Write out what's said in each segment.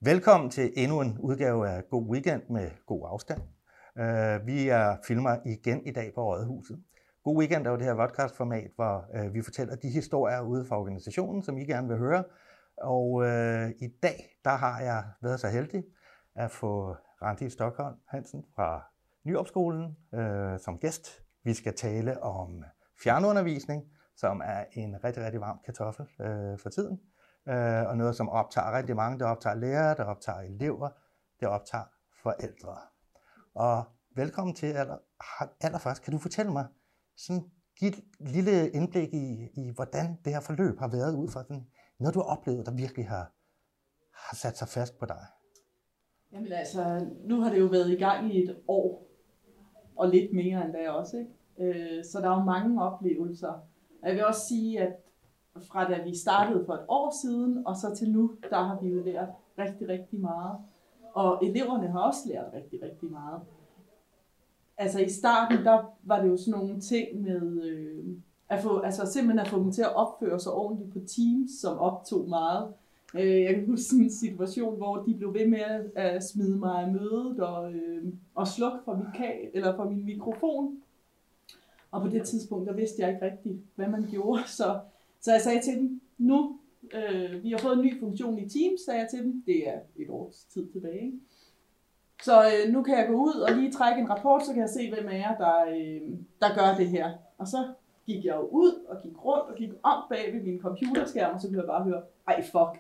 Velkommen til endnu en udgave af God Weekend med god afstand. Vi filmer igen i dag på Rådhuset. God Weekend er jo det her podcastformat, hvor vi fortæller de historier ude fra organisationen, som I gerne vil høre. Og i dag, der har jeg været så heldig at få Randi Stokholm Hansen fra Nyopskolen som gæst. Vi skal tale om fjernundervisning, som er en rigtig, rigtig varm kartoffel for tiden. Og noget, som optager rigtig mange. Det optager lærere, det optager elever, det optager forældre. Og velkommen til allerførst. Kan du fortælle mig, give et lille indblik i, hvordan det her forløb har været ud fra den, noget du har oplevet, der virkelig har sat sig fast på dig? Jamen altså, nu har det jo været i gang i et år, og lidt mere end det også, ikke? Så der er jo mange oplevelser. Og jeg vil også sige, at fra da vi startede for et år siden, og så til nu, der har vi jo lært rigtig, rigtig meget. Og eleverne har også lært rigtig, rigtig meget. Altså i starten, der var det jo sådan nogle ting med simpelthen at få dem til at opføre sig ordentligt på Teams, som optog meget. Jeg kan huske sådan en situation, hvor de blev ved med at smide mig af mødet og slukke for min mikrofon. Og på det tidspunkt, der vidste jeg ikke rigtigt, hvad man gjorde. Så jeg sagde til dem, nu, vi har fået en ny funktion i Teams, sagde jeg til dem. Det er et års tid tilbage, ikke? Så nu kan jeg gå ud og lige trække en rapport, så kan jeg se, hvem af jer, der gør det her. Og så gik jeg jo ud og gik rundt og gik om bag ved min computerskærm, og så kunne jeg bare høre, ej fuck.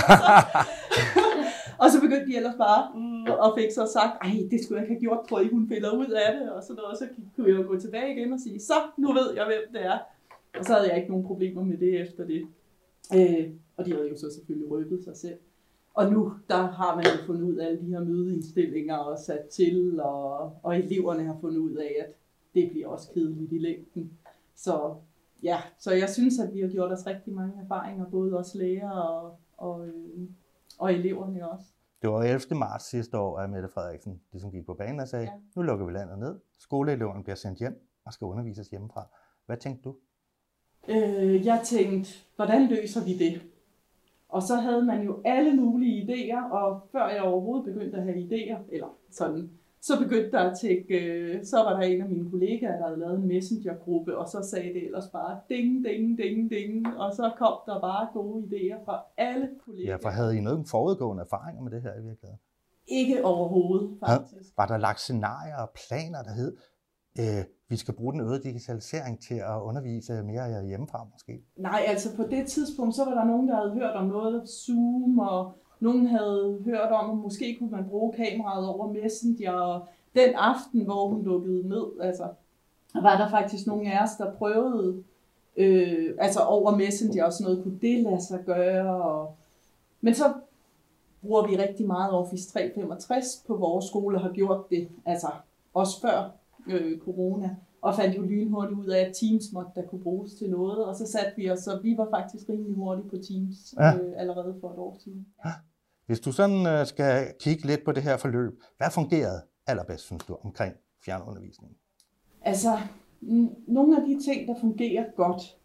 Og så begyndte de ellers bare og fik så sagt, ej det skulle jeg ikke have gjort, tror I hun finder ud af det, og sådan noget. Og så kunne jeg jo gå tilbage igen og sige, så nu ved jeg, hvem det er. Og så havde jeg ikke nogen problemer med det efter det. Og de havde jo så selvfølgelig røbet sig selv. Og nu, der har man jo fundet ud af alle de her mødeindstillinger og sat til, og eleverne har fundet ud af, at det bliver også kedeligt i længden. Så ja, så jeg synes, at vi har gjort os rigtig mange erfaringer, både os lærere og eleverne også. Det var 11. marts sidste år, at Mette Frederiksen ligesom gik på banen og sagde, nu lukker vi landet ned. Skoleeleverne bliver sendt hjem og skal undervises hjemmefra. Hvad tænkte du? Jeg tænkte, hvordan løser vi det? Og så havde man jo alle mulige idéer, og før jeg overhovedet begyndte at have idéer, eller sådan, så begyndte der at tænke, så var der en af mine kollegaer, der havde lavet en messengergruppe, og så sagde det ellers bare ding, ding, ding, ding, og så kom der bare gode idéer fra alle kollegaer. Ja, for havde I nogen forudgående erfaringer med det her i virkeligheden? Ikke overhovedet, faktisk. Var der lagt scenarier og planer, der hed, vi skal bruge den øgede digitalisering til at undervise mere hjemmefra måske? Nej, altså på det tidspunkt, så var der nogen, der havde hørt om noget Zoom, og nogen havde hørt om, at måske kunne man bruge kameraet over Messenger, og den aften, hvor hun lukkede ned, altså, var der faktisk nogle af os, der prøvede over Messenger og sådan noget, kunne det lade sig gøre. Men så bruger vi rigtig meget Office 365 på vores skole, har gjort det, altså også før corona, og fandt jo lynhurtigt ud af, at Teams måtte der kunne bruges til noget, og så satte vi os, så vi var faktisk rimelig hurtigt på Teams allerede for et år siden. Ja. Hvis du sådan skal kigge lidt på det her forløb, hvad fungerede allerbedst, synes du, omkring fjernundervisning? Altså, nogle af de ting, der fungerer godt,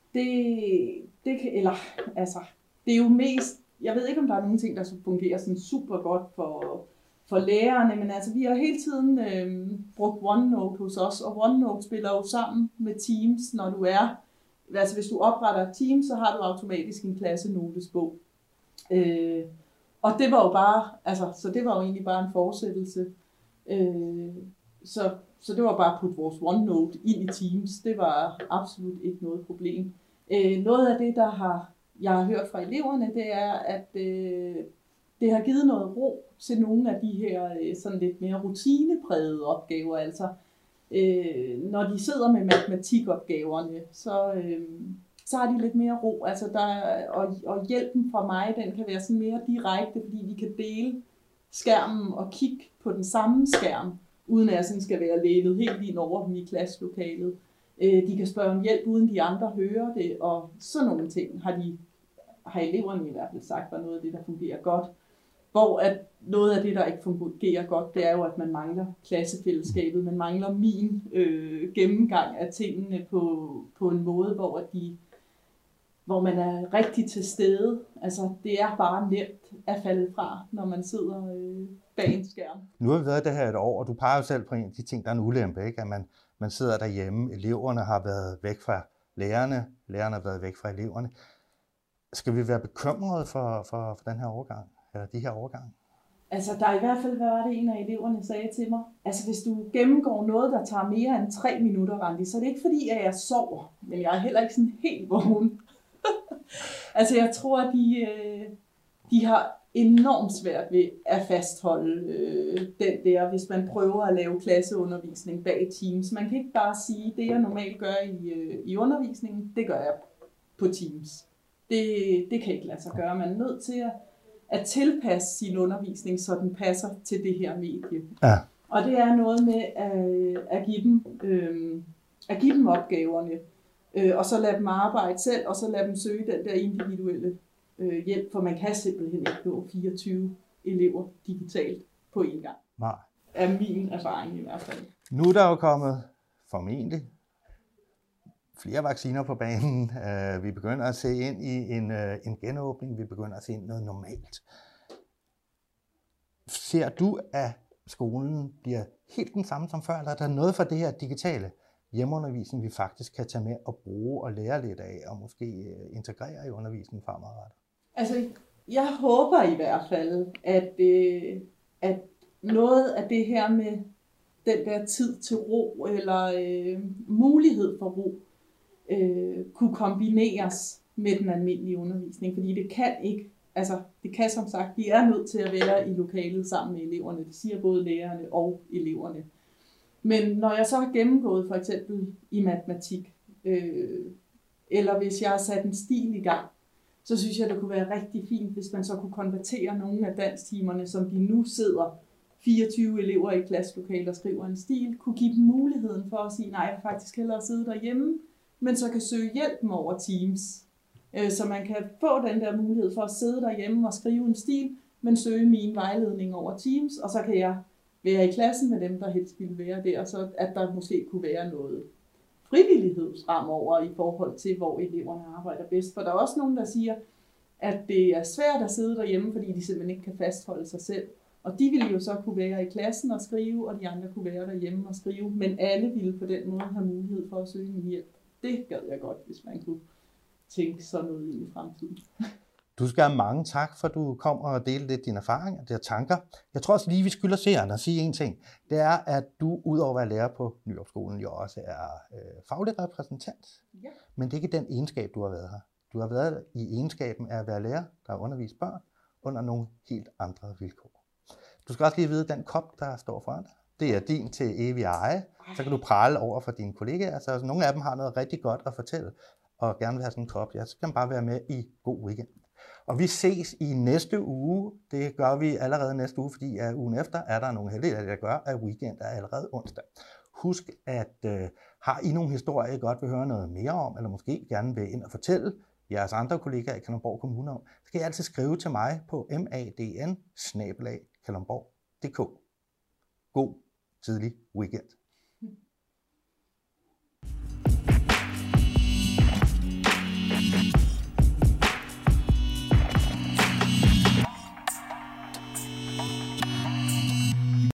det er jo mest, jeg ved ikke, om der er nogle ting, der fungerer sådan super godt for lærerne, men altså vi har hele tiden brugt OneNote hos os, og OneNote spiller jo sammen med Teams, når du hvis du opretter Teams, så har du automatisk en klassenotesbog. Og det var jo bare, så det var jo egentlig bare en fortsættelse. Så det var bare at putte vores OneNote ind i Teams, det var absolut ikke noget problem. Noget af det, jeg har hørt fra eleverne, det er, at det har givet noget ro til nogle af de her sådan lidt mere rutineprægede opgaver. Altså, når de sidder med matematikopgaverne, så har de lidt mere ro. Altså, og hjælpen fra mig, den kan være sådan mere direkte, fordi vi kan dele skærmen og kigge på den samme skærm, uden at jeg sådan skal være lænet helt ind over dem i klasselokalet. De kan spørge om hjælp, uden de andre hører det, og sådan nogle ting har eleverne i hvert fald sagt, var noget af det, der fungerer godt. Hvor at noget af det, der ikke fungerer godt, det er jo, at man mangler klassefællesskabet. Man mangler min gennemgang af tingene på en måde, hvor hvor man er rigtig til stede. Altså, det er bare nemt at falde fra, når man sidder bag en skærm. Nu har vi været det her et år, og du peger jo selv på en af de ting, der er en ulempe, ikke? At man sidder derhjemme, eleverne har været væk fra lærerne, lærerne har været væk fra eleverne. Skal vi være bekymrede for den her overgang, eller de her overgange? Altså, der er i hvert fald, hvad var det en af eleverne sagde til mig? Altså, hvis du gennemgår noget, der tager mere end 3 minutter, Randi, så er det ikke fordi, at jeg sover, men jeg er heller ikke sådan helt vågen. Altså, jeg tror, at de har enormt svært ved at fastholde den der, hvis man prøver at lave klasseundervisning bag Teams. Man kan ikke bare sige, det jeg normalt gør i undervisningen, det gør jeg på Teams. Det kan ikke lade sig gøre. Man er nødt til at tilpasse sin undervisning, så den passer til det her medie. Ja. Og det er noget med at give dem opgaverne, og så lade dem arbejde selv, og så lade dem søge den der individuelle hjælp, for man kan simpelthen ikke nå 24 elever digitalt på én gang. Nej. Er min erfaring i hvert fald. Nu er der jo kommet formentlig flere vacciner på banen. Vi begynder at se ind i en genåbning. Vi begynder at se ind i noget normalt. Ser du, at skolen bliver helt den samme som før, eller er der noget for det her digitale hjemmeundervisning, vi faktisk kan tage med og bruge og lære lidt af, og måske integrere i undervisningen fremadrettet? Altså, jeg håber i hvert fald, at noget af det her med den der tid til ro, eller mulighed for ro, kunne kombineres med den almindelige undervisning, fordi det kan ikke, altså det kan som sagt, de er nødt til at være i lokalet sammen med eleverne, det siger både lærerne og eleverne. Men når jeg så har gennemgået for eksempel i matematik, eller hvis jeg har sat en stil i gang, så synes jeg, det kunne være rigtig fint, hvis man så kunne konvertere nogle af dansktimerne, som de nu sidder 24 elever i klasselokalet og skriver en stil, kunne give dem muligheden for at sige, nej, jeg vil faktisk hellere sidde derhjemme, men så kan søge hjælpen over Teams. Så man kan få den der mulighed for at sidde derhjemme og skrive en stil, men søge min vejledning over Teams, og så kan jeg være i klassen med dem, der helst ville være der, så at der måske kunne være noget frivillighed fremover i forhold til, hvor eleverne arbejder bedst. For der er også nogen, der siger, at det er svært at sidde derhjemme, fordi de simpelthen ikke kan fastholde sig selv. Og de ville jo så kunne være i klassen og skrive, og de andre kunne være derhjemme og skrive, men alle ville på den måde have mulighed for at søge min hjælp. Det gad jeg godt, hvis man kunne tænke sådan noget ind i fremtiden. Du skal have mange tak, for du kom og delte lidt dine erfaringer, dine tanker. Jeg tror også lige, vi skylder seerne at sige en ting. Det er, at du udover at være lærer på Nyrup-skolen, jo også er faglig repræsentant. Ja. Men det er ikke den egenskab, du har været her. Du har været i egenskaben af at være lærer, der har undervist børn, under nogle helt andre vilkår. Du skal også lige vide, at den kop, der står foran dig, det er din til evig eje. Så kan du prale over for dine kollegaer. Så nogle af dem har noget rigtig godt at fortælle, og gerne vil have sådan en kop. Ja, så kan man bare være med i god weekend. Og vi ses i næste uge. Det gør vi allerede næste uge, fordi ugen efter er der nogle heldige, der gør, at weekend er allerede onsdag. Husk, at har I nogle historier, I godt vil høre noget mere om, eller måske gerne vil ind og fortælle jeres andre kollegaer i Kalundborg Kommune om, så kan I altid skrive til mig på madn@kalundborg.dk. God tidlig weekend.